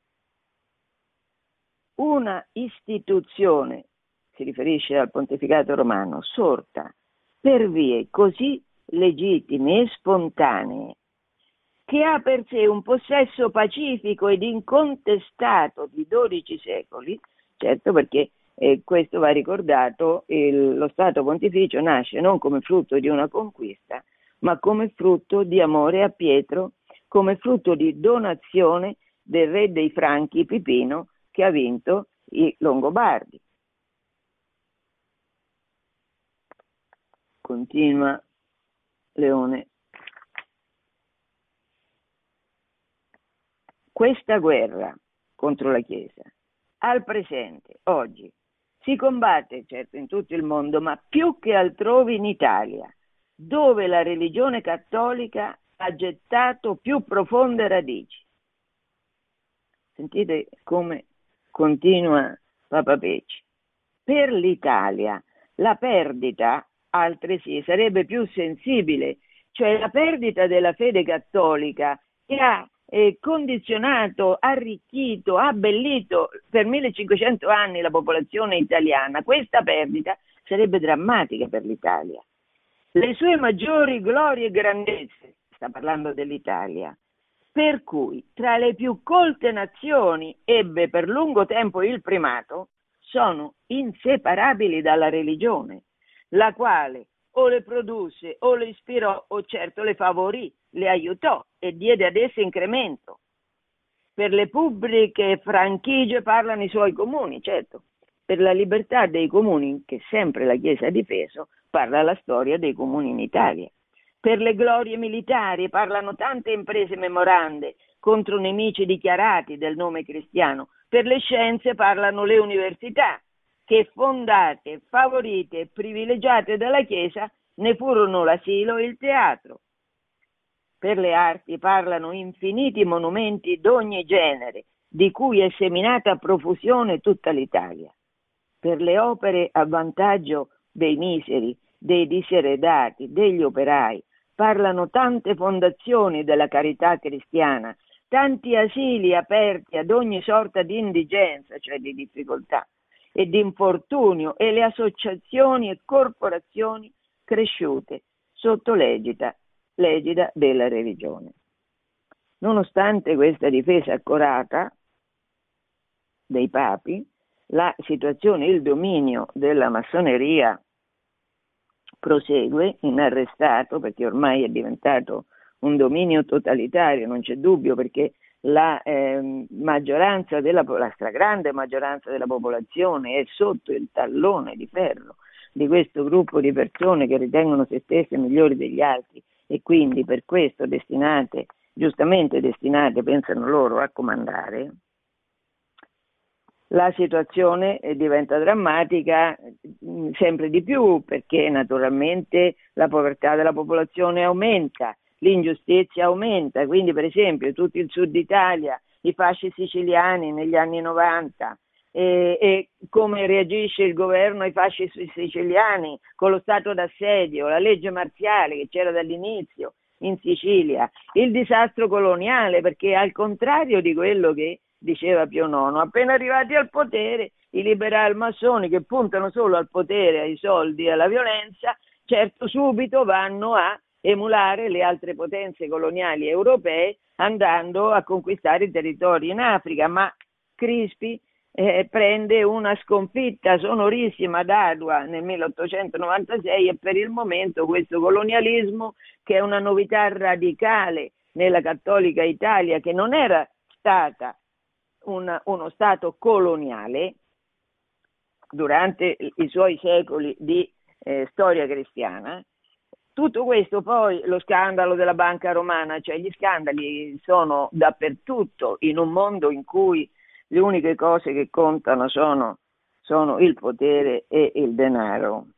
Una istituzione, si riferisce al pontificato romano, sorta per vie così legittime e spontanee, che ha per sé un possesso pacifico ed incontestato di dodici secoli, certo, perché eh, questo va ricordato, il, lo Stato Pontificio nasce non come frutto di una conquista, ma come frutto di amore a Pietro, come frutto di donazione del re dei Franchi Pipino, che ha vinto i Longobardi. Continua Leone. Questa guerra contro la Chiesa, al presente, oggi, si combatte certo in tutto il mondo, ma più che altrove in Italia, dove la religione cattolica ha gettato più profonde radici. Sentite come continua Papa Pecci. Per l'Italia la perdita, altresì, sarebbe più sensibile, cioè la perdita della fede cattolica che ha eh, condizionato, arricchito, abbellito per millecinquecento anni la popolazione italiana. Questa perdita sarebbe drammatica per l'Italia. Le sue maggiori glorie e grandezze, sta parlando dell'Italia, per cui tra le più colte nazioni ebbe per lungo tempo il primato, sono inseparabili dalla religione, la quale o le produsse o le ispirò o certo le favorì, le aiutò e diede ad esse incremento. Per le pubbliche franchigie parlano i suoi comuni, certo. Per la libertà dei comuni, che sempre la Chiesa ha difeso, parla la storia dei comuni in Italia. Per le glorie militari parlano tante imprese memorande contro nemici dichiarati del nome cristiano. Per le scienze parlano le università, che fondate, favorite e privilegiate dalla Chiesa ne furono l'asilo e il teatro. Per le arti parlano infiniti monumenti d'ogni genere, di cui è seminata a profusione tutta l'Italia. Per le opere a vantaggio dei miseri, dei diseredati, degli operai, parlano tante fondazioni della carità cristiana, tanti asili aperti ad ogni sorta di indigenza, cioè di difficoltà, e di infortunio, e le associazioni e corporazioni cresciute sotto l'egida, l'egida della religione. Nonostante questa difesa accorata dei papi, la situazione, il dominio della massoneria prosegue inarrestato, perché ormai è diventato un dominio totalitario, non c'è dubbio, perché la eh, maggioranza della la stragrande maggioranza della popolazione è sotto il tallone di ferro di questo gruppo di persone che ritengono se stesse migliori degli altri e quindi per questo destinate, giustamente destinate, pensano loro, a comandare. La situazione diventa drammatica mh, sempre di più, perché naturalmente la povertà della popolazione aumenta, l'ingiustizia aumenta, quindi per esempio tutto il sud Italia, i fasci siciliani negli anni novanta, e, e come reagisce il governo ai fasci siciliani con lo stato d'assedio, la legge marziale che c'era dall'inizio in Sicilia, il disastro coloniale, perché al contrario di quello che diceva Pio nono, appena arrivati al potere, i liberal massoni che puntano solo al potere, ai soldi e alla violenza, certo subito vanno a emulare le altre potenze coloniali europee andando a conquistare i territori in Africa, ma Crispi eh, prende una sconfitta sonorissima ad Adua nel milleottocentonovantasei e per il momento questo colonialismo, che è una novità radicale nella cattolica Italia, che non era stata Un, uno stato coloniale durante i suoi secoli di eh, storia cristiana. Tutto questo poi, lo scandalo della banca romana, cioè gli scandali sono dappertutto in un mondo in cui le uniche cose che contano sono, sono il potere e il denaro.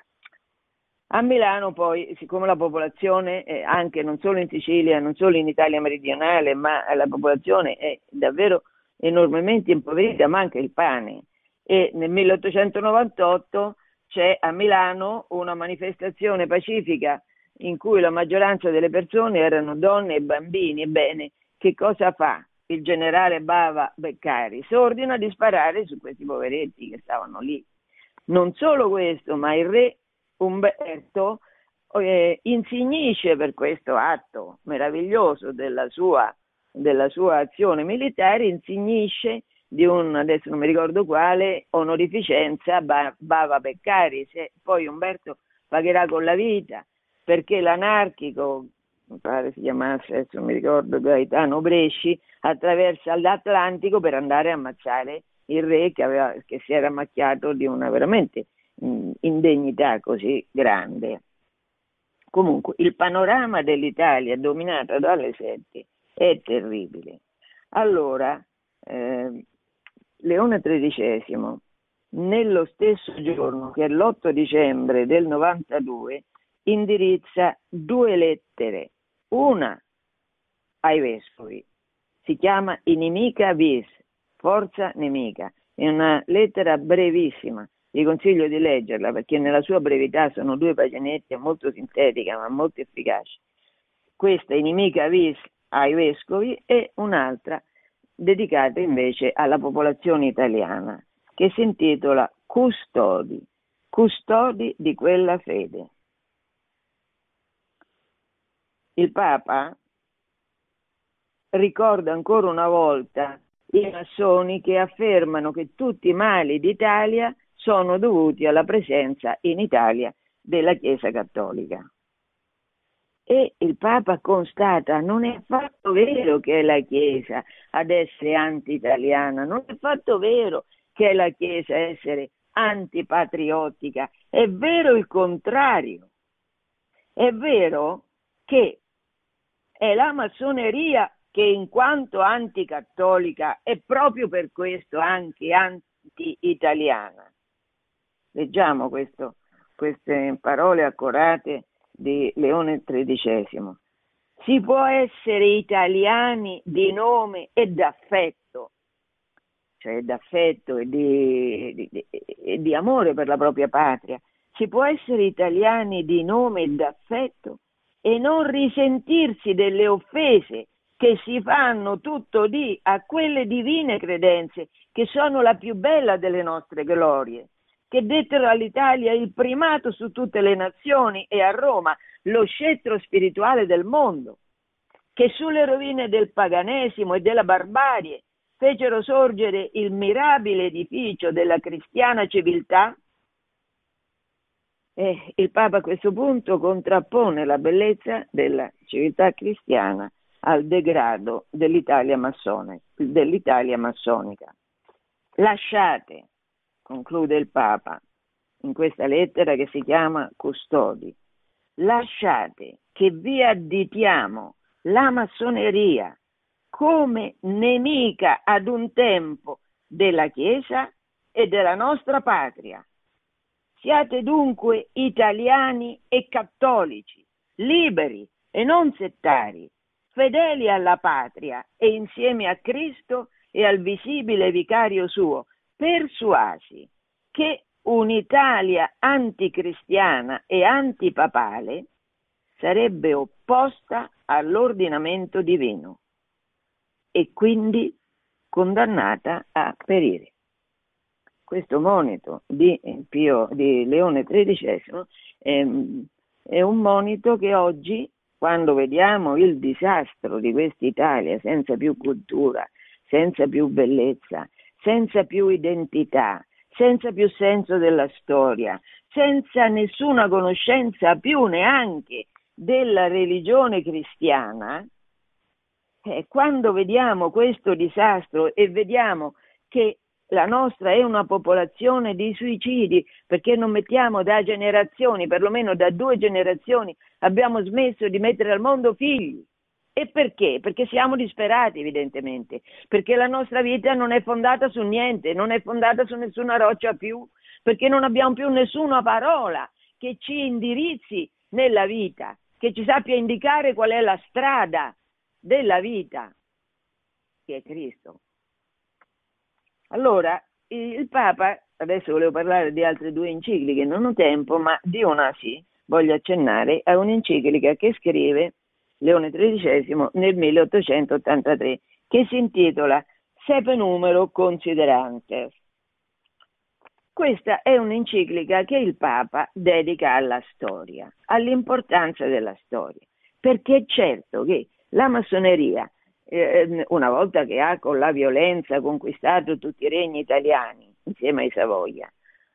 A Milano poi, siccome la popolazione, eh, anche non solo in Sicilia, non solo in Italia meridionale, ma la popolazione è davvero enormemente impoverita, manca il pane, e nel milleottocentonovantotto c'è a Milano una manifestazione pacifica in cui la maggioranza delle persone erano donne e bambini. Ebbene, che cosa fa il generale Bava Beccari? Si ordina di sparare su questi poveretti che stavano lì. Non solo questo, ma il re Umberto eh, insignisce per questo atto meraviglioso della sua della sua azione militare, insignisce di un, adesso non mi ricordo quale, onorificenza Bava Beccari. Se poi Umberto pagherà con la vita, perché l'anarchico, mi pare si chiamasse, adesso non mi ricordo, Gaetano Bresci, attraversa l'Atlantico per andare a ammazzare il re che, aveva, che si era macchiato di una veramente mh, indegnità così grande. Comunque il panorama dell'Italia dominata dalle sette è terribile. Allora, eh, Leone tredicesimo, nello stesso giorno che è l'otto dicembre del novantadue, indirizza due lettere, una ai vescovi, si chiama Inimica Vis, forza nemica, è una lettera brevissima, vi consiglio di leggerla perché nella sua brevità sono due paginetti, è molto sintetica ma molto efficace. Questa Inimica Vis ai vescovi e un'altra dedicata invece alla popolazione italiana che si intitola Custodi, custodi di quella fede. Il Papa ricorda ancora una volta i massoni che affermano che tutti i mali d'Italia sono dovuti alla presenza in Italia della Chiesa Cattolica. E il Papa constata: non è affatto vero che è la Chiesa ad essere anti-italiana, non è affatto vero che è la Chiesa a essere antipatriottica, è vero il contrario. È vero che è la massoneria che, in quanto anticattolica, è proprio per questo anche anti-italiana. Leggiamo questo, queste parole accorate di Leone tredicesimo. Si può essere italiani di nome e d'affetto, cioè d'affetto e di, di, di, di amore per la propria patria. Si può essere italiani di nome e d'affetto e non risentirsi delle offese che si fanno tutto di a quelle divine credenze che sono la più bella delle nostre glorie, che dettero all'Italia il primato su tutte le nazioni e a Roma lo scettro spirituale del mondo, che sulle rovine del paganesimo e della barbarie fecero sorgere il mirabile edificio della cristiana civiltà. E il Papa a questo punto contrappone la bellezza della civiltà cristiana al degrado dell'Italia massone, dell'Italia massonica. Lasciate, conclude il Papa in questa lettera che si chiama Custodi, lasciate che vi additiamo la massoneria come nemica ad un tempo della Chiesa e della nostra patria. Siate dunque italiani e cattolici, liberi e non settari, fedeli alla patria e insieme a Cristo e al visibile vicario suo, persuasi che un'Italia anticristiana e antipapale sarebbe opposta all'ordinamento divino e quindi condannata a perire. Questo monito di, Pio, di Leone tredicesimo è, è un monito che oggi, quando vediamo il disastro di quest'Italia senza più cultura, senza più bellezza, senza più identità, senza più senso della storia, senza nessuna conoscenza più neanche della religione cristiana, eh, quando vediamo questo disastro e vediamo che la nostra è una popolazione di suicidi, perché non mettiamo da generazioni, perlomeno da due generazioni, abbiamo smesso di mettere al mondo figli. E perché? Perché siamo disperati, evidentemente, perché la nostra vita non è fondata su niente, non è fondata su nessuna roccia più, perché non abbiamo più nessuna parola che ci indirizzi nella vita, che ci sappia indicare qual è la strada della vita, che è Cristo. Allora, il Papa, adesso volevo parlare di altre due encicliche, non ho tempo, ma di una sì, voglio accennare a un'enciclica che scrive Leone tredicesimo nel milleottocentottantatré, che si intitola Sepe Numero Considerantes. Questa è un'enciclica che il Papa dedica alla storia, all'importanza della storia, perché è certo che la massoneria, eh, una volta che ha con la violenza conquistato tutti i regni italiani, insieme ai Savoia,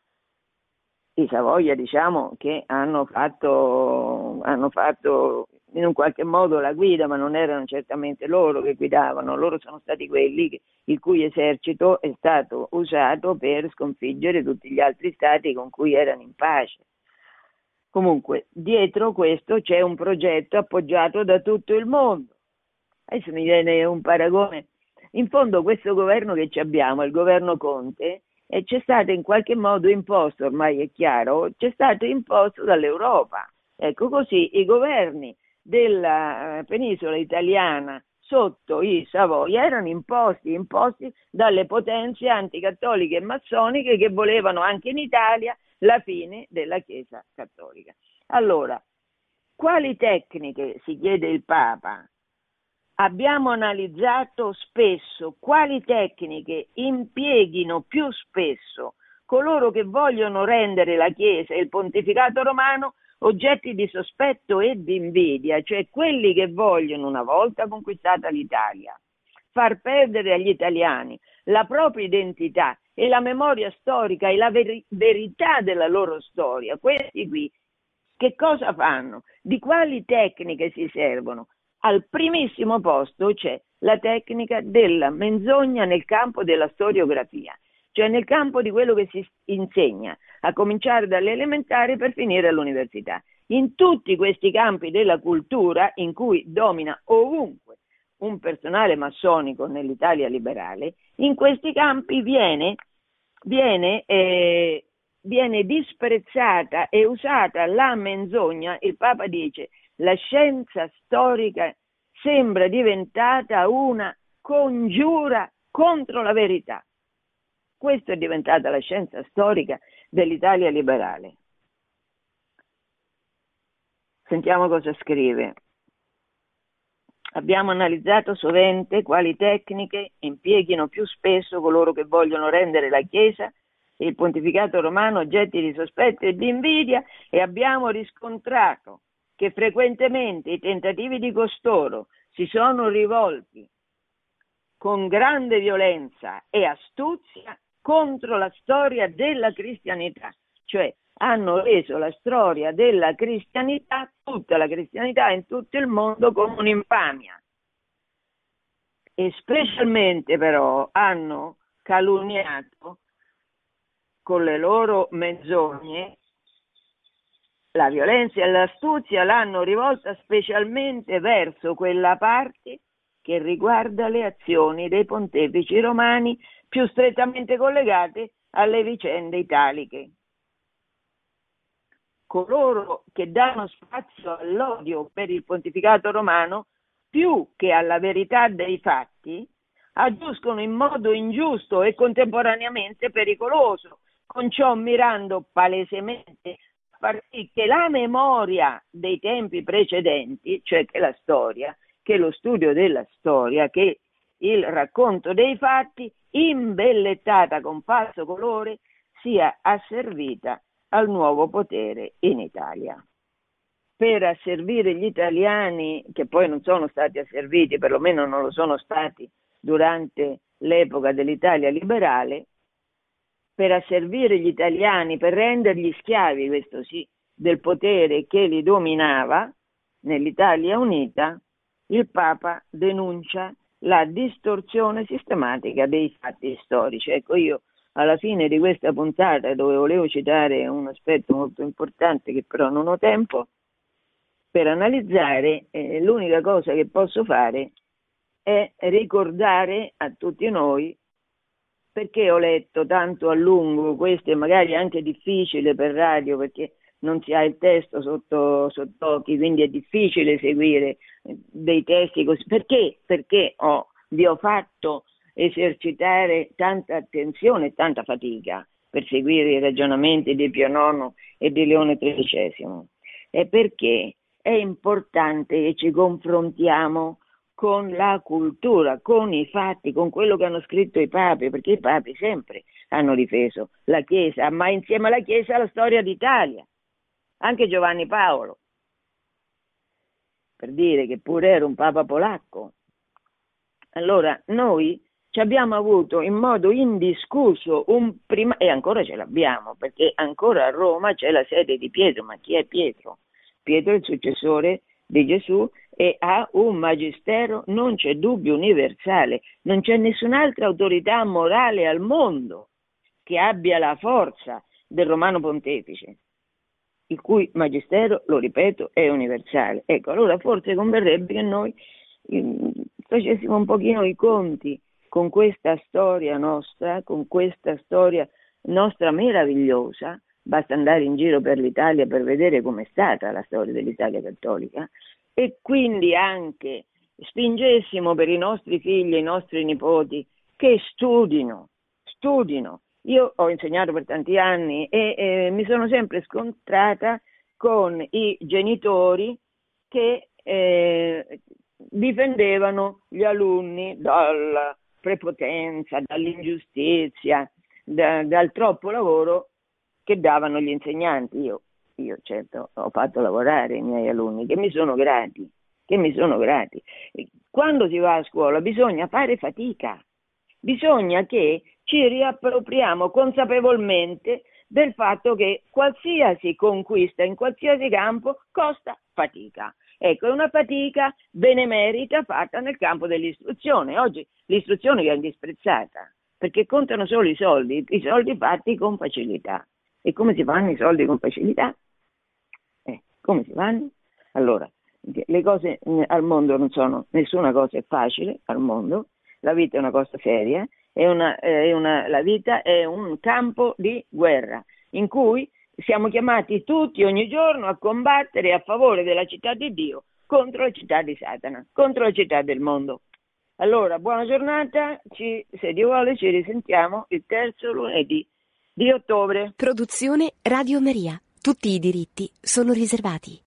i Savoia diciamo che hanno fatto, hanno fatto in un qualche modo la guida, ma non erano certamente loro che guidavano, loro sono stati quelli che, il cui esercito è stato usato per sconfiggere tutti gli altri stati con cui erano in pace. Comunque, dietro questo c'è un progetto appoggiato da tutto il mondo. Adesso mi viene un paragone. In fondo questo governo che ci abbiamo, il governo Conte, e c'è stato in qualche modo imposto, ormai è chiaro, c'è stato imposto dall'Europa. Ecco, così i governi della penisola italiana sotto i Savoia erano imposti, imposti dalle potenze anticattoliche e massoniche che volevano anche in Italia la fine della Chiesa cattolica. Allora, quali tecniche, si chiede il Papa, abbiamo analizzato spesso, quali tecniche impieghino più spesso coloro che vogliono rendere la Chiesa e il pontificato romano oggetti di sospetto e di invidia, cioè quelli che vogliono, una volta conquistata l'Italia, far perdere agli italiani la propria identità e la memoria storica e la veri- verità della loro storia. Questi qui Che cosa fanno? Di quali tecniche si servono? Al primissimo posto c'è la tecnica della menzogna nel campo della storiografia, cioè nel campo di quello che si insegna, a cominciare dalle elementari per finire all'università. In tutti questi campi della cultura, in cui domina ovunque un personale massonico nell'Italia liberale, in questi campi viene, viene, eh, viene disprezzata e usata la menzogna. Il Papa dice: la scienza storica sembra diventata una congiura contro la verità. Questa è diventata la scienza storica dell'Italia liberale. Sentiamo cosa scrive. Abbiamo analizzato sovente quali tecniche impieghino più spesso coloro che vogliono rendere la Chiesa e il pontificato romano oggetti di sospetto e di invidia, e abbiamo riscontrato che frequentemente i tentativi di costoro si sono rivolti con grande violenza e astuzia contro la storia della cristianità, cioè hanno reso la storia della cristianità, tutta la cristianità in tutto il mondo, come un'infamia. E specialmente però hanno calunniato con le loro menzogne, la violenza e l'astuzia l'hanno rivolta specialmente verso quella parte che riguarda le azioni dei pontefici romani più strettamente collegate alle vicende italiche. Coloro che danno spazio all'odio per il pontificato romano più che alla verità dei fatti agiscono in modo ingiusto e contemporaneamente pericoloso, con ciò mirando palesemente a far sì che la memoria dei tempi precedenti, cioè che la storia, che lo studio della storia, che il racconto dei fatti, imbellettata con falso colore, sia asservita al nuovo potere in Italia. Per asservire gli italiani, che poi non sono stati asserviti, perlomeno non lo sono stati durante l'epoca dell'Italia liberale, per asservire gli italiani, per rendergli schiavi, questo sì, del potere che li dominava nell'Italia unita, il Papa denuncia la distorsione sistematica dei fatti storici. Ecco, io alla fine di questa puntata, dove volevo citare un aspetto molto importante che però non ho tempo per analizzare, eh, l'unica cosa che posso fare è ricordare a tutti noi, perché ho letto tanto a lungo, questo è magari anche difficile per radio perché non si ha il testo sotto sott'occhi, quindi è difficile seguire dei testi così. Perché? Perché ho, vi ho fatto esercitare tanta attenzione e tanta fatica per seguire i ragionamenti di Pio nono e di Leone tredicesimo. È perché è importante che ci confrontiamo con la cultura, con i fatti, con quello che hanno scritto i papi, perché i papi sempre hanno difeso la Chiesa, ma insieme alla Chiesa la storia d'Italia, anche Giovanni Paolo, per dire che pure era un papa polacco. Allora noi ci abbiamo avuto in modo indiscusso un prima, e ancora ce l'abbiamo, perché ancora a Roma c'è la sede di Pietro. Ma chi è Pietro? Pietro è il successore di Gesù e ha un magistero, non c'è dubbio, universale. Non c'è nessun'altra autorità morale al mondo che abbia la forza del Romano Pontefice, il cui magistero, lo ripeto, è universale. Ecco, allora forse converrebbe che noi eh, facessimo un pochino i conti con questa storia nostra, con questa storia nostra meravigliosa. Basta andare in giro per l'Italia per vedere com'è stata la storia dell'Italia cattolica, e quindi anche spingessimo per i nostri figli e i nostri nipoti che studino, studino. Io ho insegnato per tanti anni e eh, mi sono sempre scontrata con i genitori che eh, difendevano gli alunni dalla prepotenza, dall'ingiustizia, da, dal troppo lavoro che davano gli insegnanti. Io, io certo ho fatto lavorare i miei alunni che mi sono grati, che mi sono grati. Quando si va a scuola bisogna fare fatica, bisogna che ci riappropriamo consapevolmente del fatto che qualsiasi conquista in qualsiasi campo costa fatica. Ecco, è una fatica benemerita fatta nel campo dell'istruzione. Oggi l'istruzione viene disprezzata perché contano solo i soldi, i soldi fatti con facilità. E come si fanno i soldi con facilità? Eh, come si fanno? Allora, le cose al mondo non sono, nessuna cosa è facile al mondo, la vita è una cosa seria, è una, è una, la vita è un campo di guerra in cui siamo chiamati tutti ogni giorno a combattere a favore della città di Dio contro la città di Satana, contro la città del mondo. Allora, buona giornata, ci, se Dio vuole ci risentiamo il terzo lunedì di ottobre. Produzione Radio Maria. Tutti i diritti sono riservati.